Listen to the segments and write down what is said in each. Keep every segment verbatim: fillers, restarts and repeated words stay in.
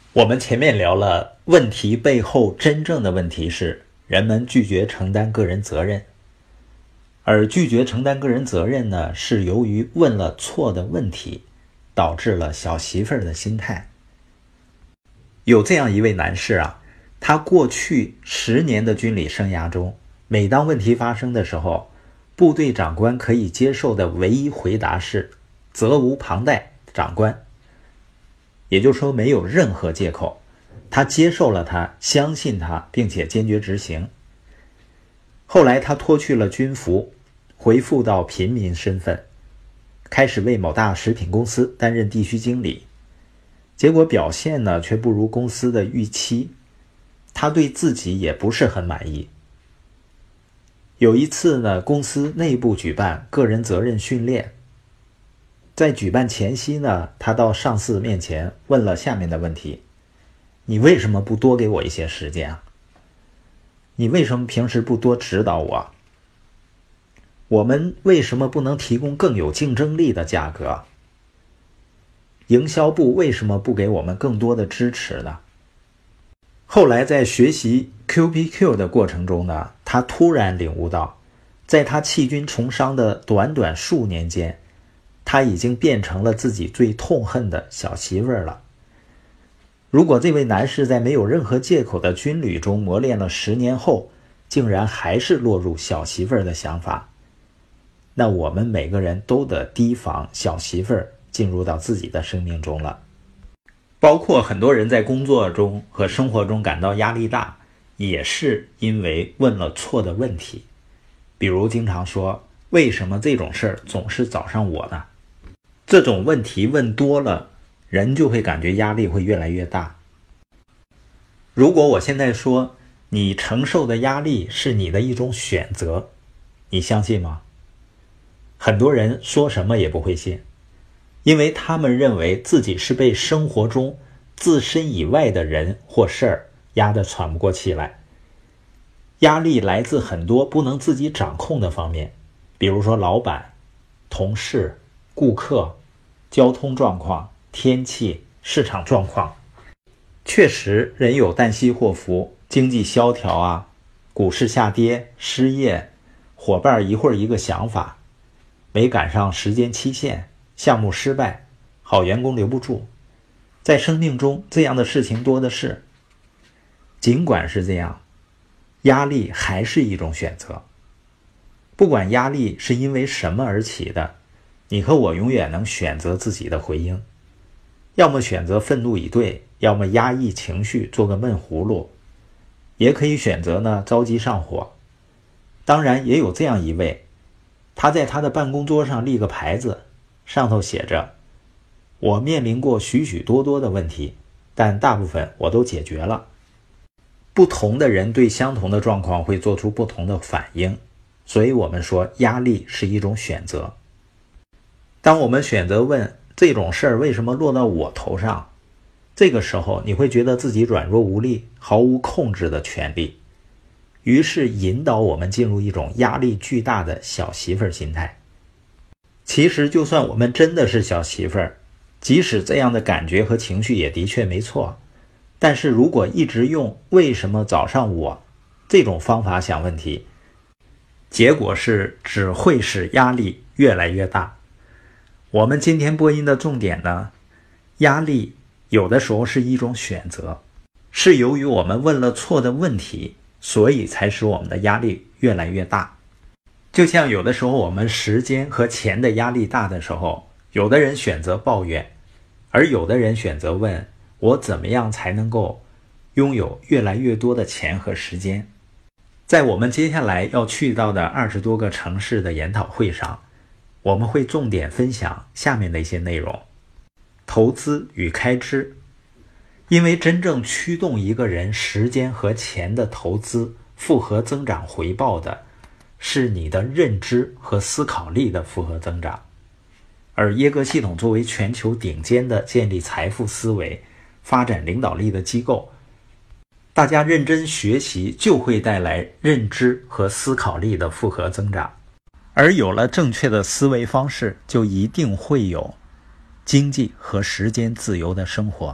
我们前面聊了问题背后真正的问题是人们拒绝承担个人责任，而拒绝承担个人责任呢，是由于问了错的问题，导致了小媳妇儿的心态。有这样一位男士啊，他过去十年的军旅生涯中，每当问题发生的时候，部队长官可以接受的唯一回答是责无旁贷，长官。也就是说没有任何借口，他接受了他，相信他，并且坚决执行。后来他脱去了军服，回复到平民身份，开始为某大食品公司担任地区经理。结果表现呢，却不如公司的预期，他对自己也不是很满意。有一次呢，公司内部举办个人责任训练，在举办前夕呢，他到上司面前问了下面的问题：你为什么不多给我一些时间啊？你为什么平时不多指导我？我们为什么不能提供更有竞争力的价格？营销部为什么不给我们更多的支持呢？后来在学习 Q P Q 的过程中呢，他突然领悟到，在他弃军从商的短短数年间，他已经变成了自己最痛恨的小媳妇儿了。如果这位男士在没有任何借口的军旅中磨练了十年后，竟然还是落入小媳妇儿的想法，那我们每个人都得提防小媳妇儿进入到自己的生命中了。包括很多人在工作中和生活中感到压力大，也是因为问了错的问题。比如经常说，为什么这种事儿总是找上我呢？这种问题问多了，人就会感觉压力会越来越大。如果我现在说你承受的压力是你的一种选择，你相信吗？很多人说什么也不会信，因为他们认为自己是被生活中自身以外的人或事儿压得喘不过气来。压力来自很多不能自己掌控的方面，比如说老板、同事、顾客、交通状况、天气、市场状况。确实人有旦夕祸福，经济萧条啊，股市下跌，失业，伙伴一会儿一个想法，没赶上时间期限，项目失败，好员工留不住。在生命中这样的事情多的是。尽管是这样，压力还是一种选择。不管压力是因为什么而起的，你和我永远能选择自己的回应，要么选择愤怒以对，要么压抑情绪做个闷葫芦，也可以选择呢着急上火。当然也有这样一位，他在他的办公桌上立个牌子，上头写着：我面临过许许多多的问题，但大部分我都解决了。不同的人对相同的状况会做出不同的反应，所以我们说压力是一种选择。当我们选择问这种事儿为什么落到我头上，这个时候你会觉得自己软弱无力，毫无控制的权利，于是引导我们进入一种压力巨大的小媳妇儿心态。其实就算我们真的是小媳妇儿，即使这样的感觉和情绪也的确没错，但是如果一直用为什么找上我这种方法想问题，结果是只会使压力越来越大。我们今天播音的重点呢，压力有的时候是一种选择，是由于我们问了错的问题，所以才使我们的压力越来越大。就像有的时候我们时间和钱的压力大的时候，有的人选择抱怨，而有的人选择问我怎么样才能够拥有越来越多的钱和时间。在我们接下来要去到的二十多个城市的研讨会上，我们会重点分享下面的一些内容：投资与开支。因为真正驱动一个人时间和钱的投资复合增长回报的，是你的认知和思考力的复合增长。而耶格系统作为全球顶尖的建立财富思维、发展领导力的机构，大家认真学习就会带来认知和思考力的复合增长。而有了正确的思维方式，就一定会有经济和时间自由的生活。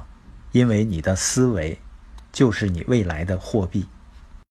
因为你的思维就是你未来的货币。